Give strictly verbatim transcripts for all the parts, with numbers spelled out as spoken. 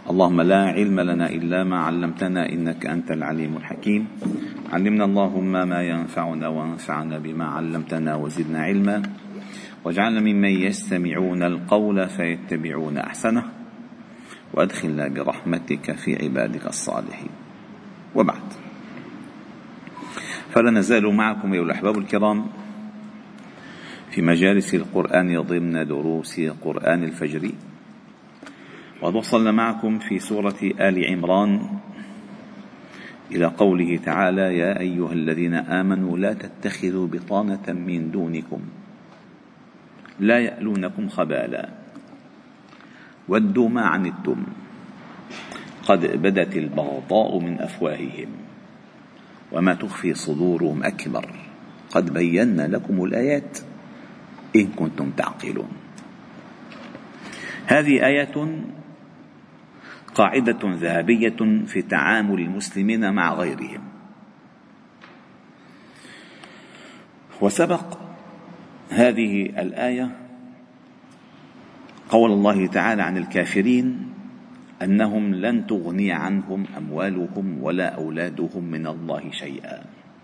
اللهم لا علم لنا إلا ما علمتنا إنك أنت العليم الحكيم. علمنا اللهم ما ينفعنا وانفعنا بما علمتنا وزدنا علما، واجعلنا ممن يستمعون القول فيتبعون أحسنه، وأدخلنا برحمتك في عبادك الصالحين. وبعد، فلا نزال معكم أيها الأحباب الكرام في مجالس القرآن ضمن دروس قرآن الفجر، وقد وصلنا معكم في سورة آل عمران إلى قوله تعالى: يا أيها الذين آمنوا لا تتخذوا بطانة من دونكم لا يألونكم خبالا ودوا ما عنتم قد بدت البغضاء من أفواههم وما تخفي صدورهم أكبر قد بينا لكم الآيات إن كنتم تعقلون. هذه آية قاعدة ذهبية في تعامل المسلمين مع غيرهم. وسبق هذه الآية قول الله تعالى عن الكافرين أنهم لن تغني عنهم أموالهم ولا أولادهم من الله شيئا،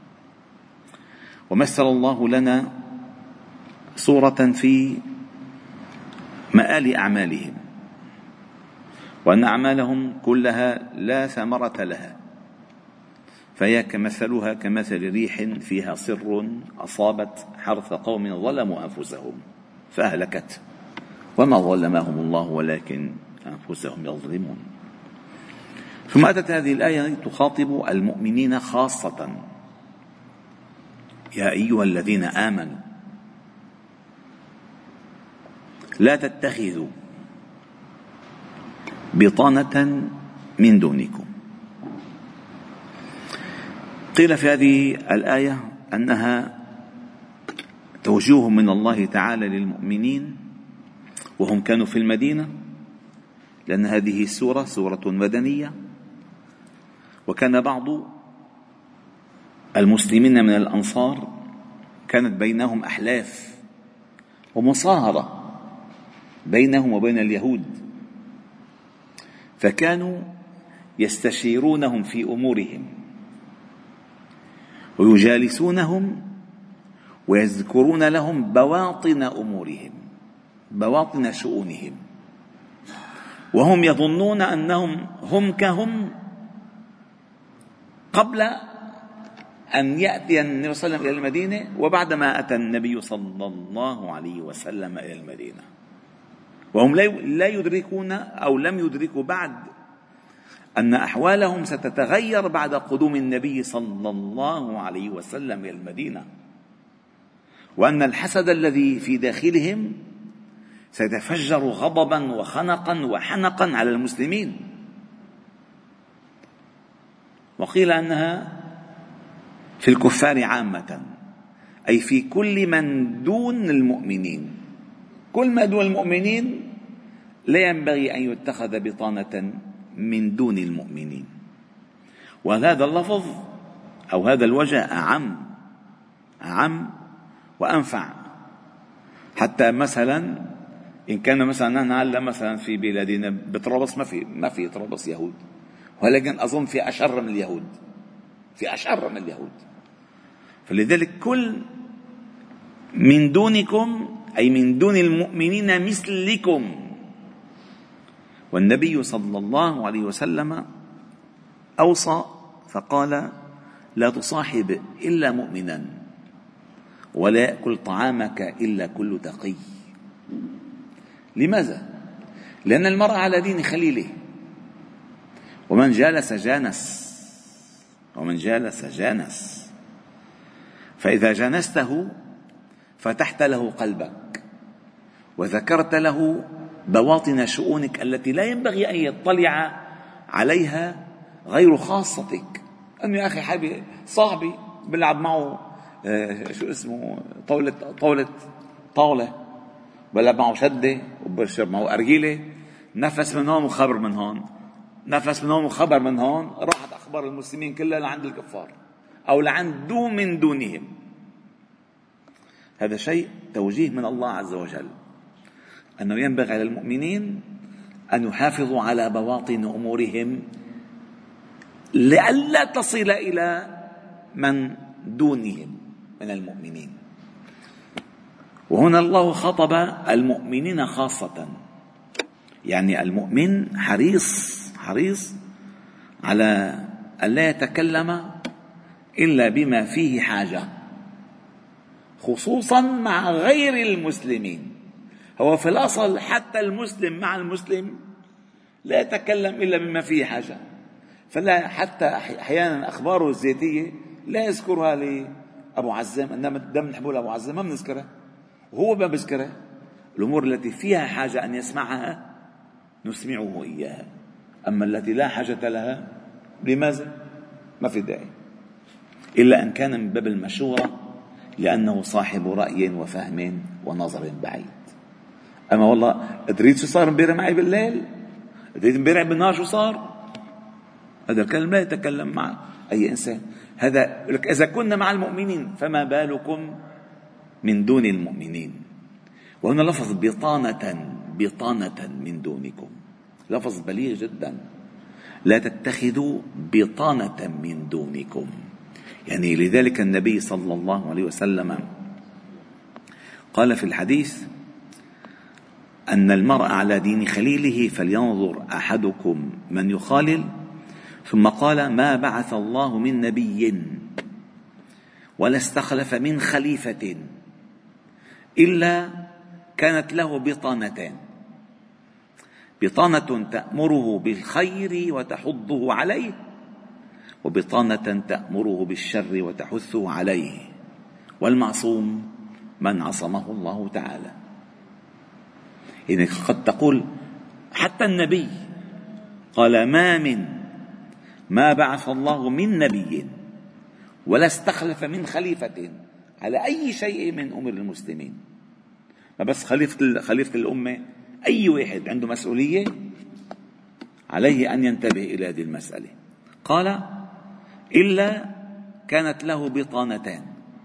ومثل الله لنا صورة في مآل أعمالهم، وأن أعمالهم كلها لا ثمرة لها، فهي كمثلها كمثل ريح فيها صر أصابت حرث قوم ظلموا أنفسهم فأهلكت وما ظلمهم الله ولكن أنفسهم يظلمون. ثم أتت هذه الآية تخاطب المؤمنين خاصة: يا أيها الذين آمنوا لا تتخذوا بطانة من دونكم. قيل في هذه الآية أنها توجيه من الله تعالى للمؤمنين وهم كانوا في المدينة، لأن هذه السورة سورة مدنية، وكان بعض المسلمين من الأنصار كانت بينهم أحلاف ومصاهرة بينهم وبين اليهود، فكانوا يستشيرونهم في أمورهم ويجالسونهم ويذكرون لهم بواطن أمورهم بواطن شؤونهم، وهم يظنون أنهم هم كهم قبل أن يأتي النبي صلى الله عليه وسلم إلى المدينة وبعدما أتى النبي صلى الله عليه وسلم إلى المدينة، وهم لا يدركون أو لم يدركوا بعد أن أحوالهم ستتغير بعد قدوم النبي صلى الله عليه وسلم إلى المدينة، وأن الحسد الذي في داخلهم سيتفجر غضبا وخنقا وحنقا على المسلمين. وقيل أنها في الكفار عامة، أي في كل من دون المؤمنين. كل ما دون المؤمنين لا ينبغي أن يتخذ بطانة من دون المؤمنين. وهذا اللفظ أو هذا الوجه أعم أعم وأنفع، حتى مثلا إن كان مثلا نحن هلا مثلا في بلادنا بطرابلس ما في ما في طرابلس يهود، ولكن أظن في أشر من اليهود في أشر من اليهود فلذلك كل من دونكم أي من دون المؤمنين مثلكم. والنبي صلى الله عليه وسلم أوصى فقال: لا تصاحب إلا مؤمنا ولا يأكل طعامك إلا كل تقي. لماذا؟ لأن المرء على دين خليله، ومن جالس جانس ومن جالس جانس فإذا جانسته فتحت له قلبك وذكرت له بواطن شؤونك التي لا ينبغي أن يطلع عليها غير خاصتك. أنه يا أخي حبيبي صاحبي بلعب معه آه شو اسمه طاولة طاولة طاولة بلعب معه شدة وبشرب معه أرجيلة، نفس من هون وخبر من هون، نفس من هون وخبر من هون، راحت أخبار المسلمين كلها لعند الكفار أو لعند دو من دونهم. هذا شيء توجيه من الله عز وجل، أنه ينبغي على المؤمنين أن يحافظوا على بواطن أمورهم لئلا تصل إلى من دونهم من المؤمنين. وهنا الله خطب المؤمنين خاصة، يعني المؤمن حريص حريص على أن لا يتكلم إلا بما فيه حاجة، خصوصا مع غير المسلمين. هو في الأصل حتى المسلم مع المسلم لا يتكلم إلا بما فيه حاجة، فلا حتى أحيانا أخباره الذاتية لا يذكرها لأبو عزام، إنما دم نحبه لأبو عزام ما بنذكرها وهو ما بذكرها. الأمور التي فيها حاجة أن يسمعها نسمعه إياها، أما التي لا حاجة لها لماذا؟ ما في داعي، إلا أن كان من باب المشورة لأنه صاحب رأي وفهم ونظر بعيد. أما والله تريد شو صار امبارح معي بالليل، تريد امبارح بالنهار شو صار، هذا الكلام لا يتكلم مع أي إنسان. هذا إذا كنا مع المؤمنين فما بالكم من دون المؤمنين. وهنا لفظ بطانة بطانة من دونكم، لفظ بليغ جدا. لا تتخذوا بطانة من دونكم، يعني لذلك النبي صلى الله عليه وسلم قال في الحديث أن المرء على دين خليله فلينظر أحدكم من يخالل، ثم قال ما بعث الله من نبي ولا استخلف من خليفة إلا كانت له بطانتان، بطانة تأمره بالخير وتحضه عليه، وبطانة تأمره بالشر وتحثه عليه. والمعصوم من عصمه الله تعالى. يعني قد تقول حتى النبي قال ما من ما بعث الله من نبي ولا استخلف من خليفة على أي شيء من أمور المسلمين. ما بس خليفة خليفة الأمة، أي واحد عنده مسؤولية عليه أن ينتبه إلى هذه المسألة. قال إلا كانت له بطانتان،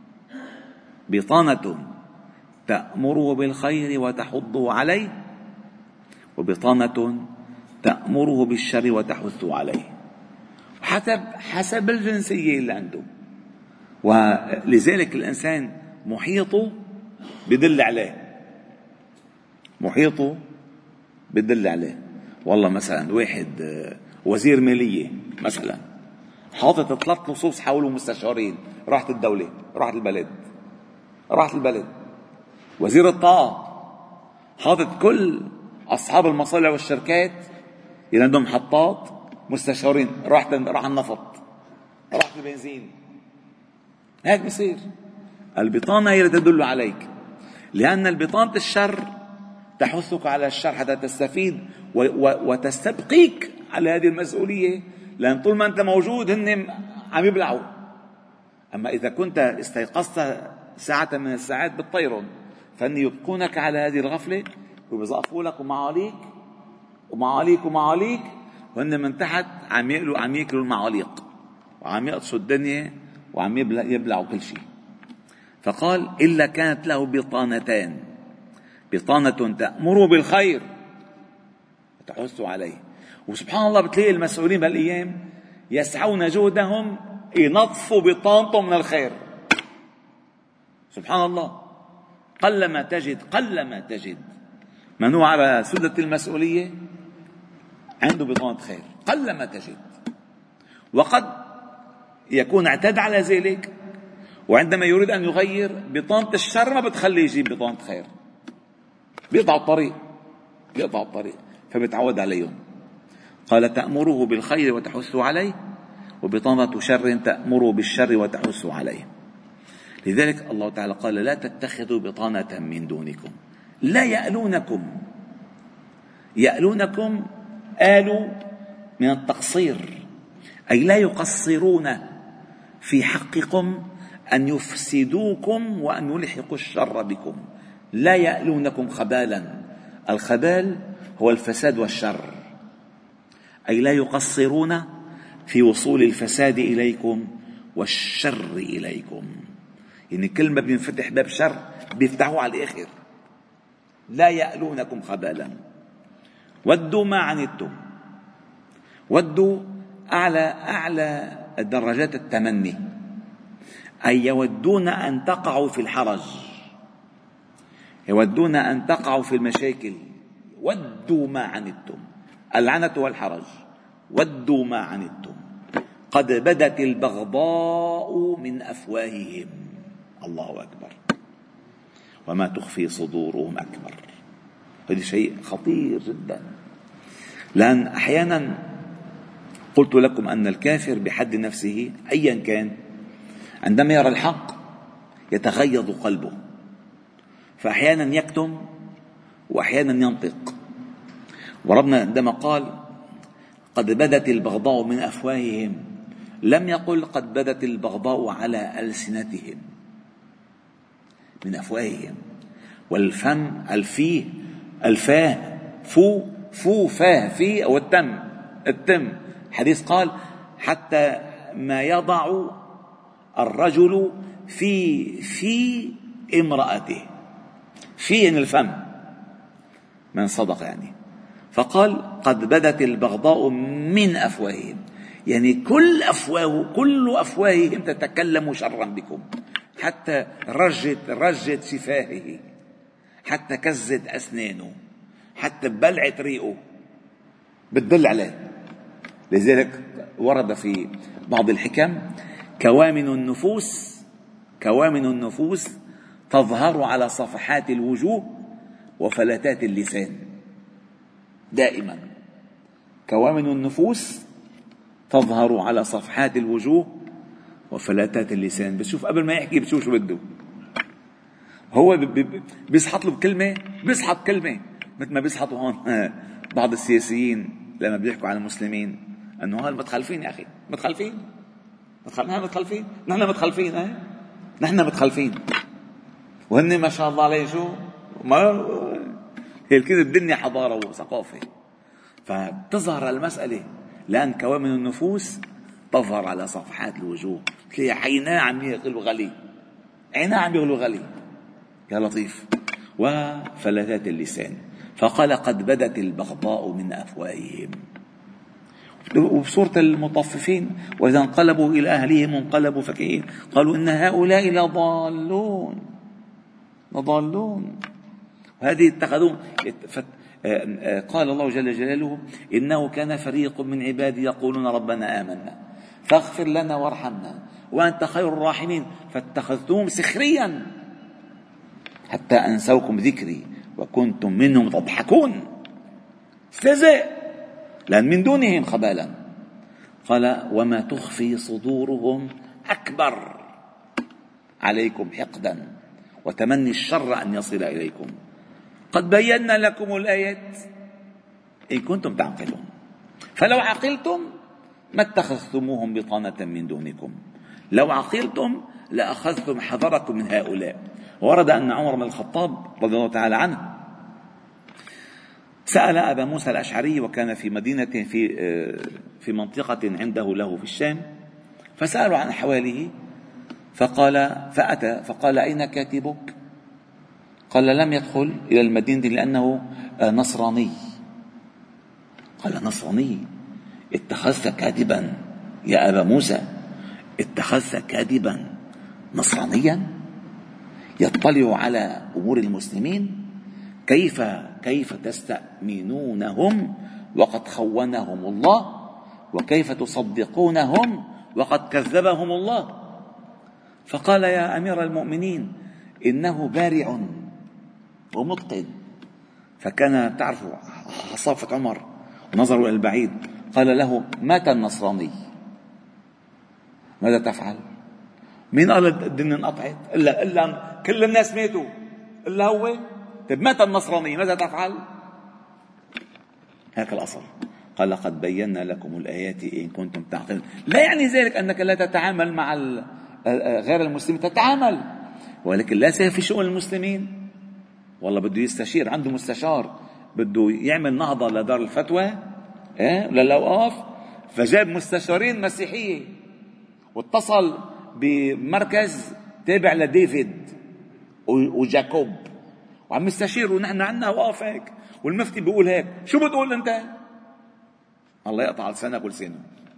بطانة تأمره بالخير وتحضه عليه، وبطانة تأمره بالشر وتحثه عليه، حسب حسب الجنسية اللي عنده. ولذلك الإنسان محيطه بدل عليه، محيطه بدل عليه. والله مثلا واحد وزير مالية مثلا حاطط ثلاث نصوص حوله مستشارين، راحت الدولة راحت البلد راحت البلد. وزير الطاقة حاطط كل أصحاب المصالح والشركات اللي عندهم محطات مستشارين، راحت راح النفط راحت البنزين. هيك بصير. البطانة هي اللي تدل عليك، لأن البطانة الشر تحثك على الشر حتى تستفيد وتستبقيك على هذه المسؤولية، لأن طول ما أنت موجود هن عم يبلعوا. أما إذا كنت استيقظت ساعة من الساعات بتطيرهم، فإن يبقونك على هذه الغفلة وبيزقفوا لك ومعاليك ومعاليك ومعاليك، وهن من تحت عم يأكلوا عم يأكلوا المعاليق وعم يقصوا الدنيا وعم يبلعوا كل شيء. فقال إلا كانت له بطانتان، بطانة تأمره بالخير وتحث عليه. وسبحان الله بتلاقي المسؤولين بهالأيام يسعون جهدهم ينظفوا بطانتهم من الخير. سبحان الله، قلما تجد قلما تجد من هو على سدة المسؤولية عنده بطانة خير، قلما تجد. وقد يكون اعتاد على ذلك، وعندما يريد أن يغير بطانة الشر ما بتخليه يجيب بطانة خير، بيقطع الطريق بيقطع الطريق فبيتعود عليهم. قال تأمره بالخير وتحث عليه، وبطانة شر تأمره بالشر وتحث عليه. لذلك الله تعالى قال لا تتخذوا بطانة من دونكم لا يألونكم. يألونكم آلوا من التقصير، أي لا يقصرون في حقكم أن يفسدوكم وأن يلحقوا الشر بكم. لا يألونكم خبالا، الخبال هو الفساد والشر، أي لا يقصرون في وصول الفساد إليكم والشر إليكم. يعني كل ما بينفتح باب شر بيفتحوه على الآخر. لا يألونكم خبالا. ودوا ما عنتم. ودوا أعلى أعلى درجات التمني، أي يودون أن تقعوا في الحرج، يودون أن تقعوا في المشاكل. ودوا ما عنتم، العنة والحرج. ودوا ما عنتم قد بدت البغضاء من أفواههم. الله أكبر. وما تخفي صدورهم أكبر. هذا شيء خطير جدا، لأن أحيانا قلت لكم أن الكافر بحد نفسه أيا كان عندما يرى الحق يتغيظ قلبه، فأحيانا يكتم وأحيانا ينطق. وربنا عندما قال قد بدت البغضاء من أفواههم لم يقل قد بدت البغضاء على ألسنتهم، من أفواههم. والفم الفيه الفاه فو فو فاه في أو التم التم. حديث قال حتى ما يضع الرجل في في امرأته، في يعني الفم من صدق يعني. فقال قد بدت البغضاء من أفواههم، يعني كل أفواه كل أفواههم تتكلم شرا بكم، حتى رجت رجت شفاهه، حتى كزت أسنانه، حتى بلعت ريقه بتدل عليه. لذلك ورد في بعض الحكم كوامن النفوس كوامن النفوس تظهر على صفحات الوجوه وفلتات اللسان. دائما كوامن النفوس تظهر على صفحات الوجوه وفلتات اللسان. بتشوف قبل ما يحكي بتشوف شو بده، هو بيسحط له بكلمة، بيسحط كلمة مثل ما بيسحطوا هون بعض السياسيين لما بيحكوا عن المسلمين انه هال متخلفين. يا اخي متخلفين، نحن متخلفين، نحن متخلفين اه نحن متخلفين وهن ما شاء الله عليه شو ما هي كده الدنيا حضارة وثقافة. فتظهر المسألة لأن كوامن النفوس تظهر على صفحات الوجوه. تلاقي عيناه عم يغلوا غلي، عيناه عم يغلوا غلي، يا لطيف. وفلتات اللسان. فقال قد بدت البغضاء من أفواههم. وبسورة المطففين وإذا انقلبوا إلى أهلهم انقلبوا فكهين قالوا إن هؤلاء لضالون لضالون. وهذه اتخذوا قال الله جل جلاله إنه كان فريق من عبادي يقولون ربنا آمنا فاغفر لنا وارحمنا وأنت خير الراحمين فاتخذتهم سخريا حتى أنسوكم ذكري وكنتم منهم تضحكون. استهزاء، لأن من دونهم خبالا. قال وما تخفي صدورهم أكبر عليكم حقدا وتمني الشر أن يصل إليكم قد بينا لكم الآيات إن كنتم تعقلون فلو عقلتم ما اتخذتموهم بطانة من دونكم لو عقلتم لأخذتم حذركم من هؤلاء. ورد أن عمر بن الخطاب رضي الله تعالى عنه سأل أبا موسى الأشعري وكان في مدينة في في منطقة عنده له في الشام، فسألوا عن أحواله فقال فأتى فقال أين كاتبك؟ قال لم يدخل إلى المدينة لأنه نصراني. قال نصراني؟ اتخذت كاتبا يا أبا موسى؟ اتخذت كاتبا نصرانيا يطلع على أمور المسلمين؟ كيف كيف تستأمنونهم وقد خونهم الله وكيف تصدقونهم وقد كذبهم الله؟ فقال يا أمير المؤمنين إنه بارع ومتقن. فكان تعرفوا حصافة عمر ونظروا إلى البعيد. قال له مات النصراني ماذا تفعل؟ مين قال الدنيا انقطعت؟ إلا إلا كل الناس ماتوا إلا هو. طيب مات النصراني ماذا تفعل؟ هذا الأصل. قال قد بينا لكم الآيات إن كنتم تعقلون. لا يعني ذلك أنك لا تتعامل مع غير المسلمين، تتعامل ولكن لا سيف في شؤون المسلمين. والله بده يستشير، عنده مستشار بده يعمل نهضة لدار الفتوى إيه للأوقاف، فجاب مستشارين مسيحية واتصل بمركز تابع لديفيد وجاكوب وعم يستشيروا. نحن عندنا أوقاف هيك والمفتي بيقول هيك، شو بتقول أنت؟ الله يقطع لسانك ولسانه.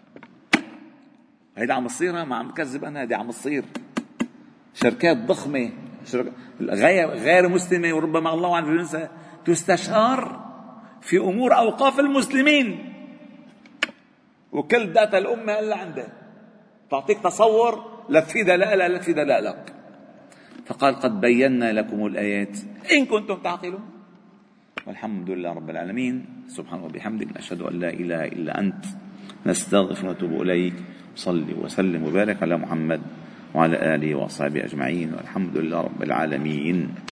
هيدا عم تصير، ما عم بكذب أنا، هيدا عم تصير. شركات ضخمة شركات غير غير مسلمة، وربما الله عنه ينسى، تستشار في أمور أوقاف المسلمين، وكل داتا الأمة اللي عندها تعطيك تصور لا تفيد لا لا لا تفيد لا لك. فقال قد بينا لكم الآيات إن كنتم تعقلون. والحمد لله رب العالمين. سبحانه وبحمدك، نشهد أن لا إله إلا أنت، نستغفر ونتوب إليك. صلي وسلم وبارك على محمد وعلى آله وصحبه أجمعين، والحمد لله رب العالمين.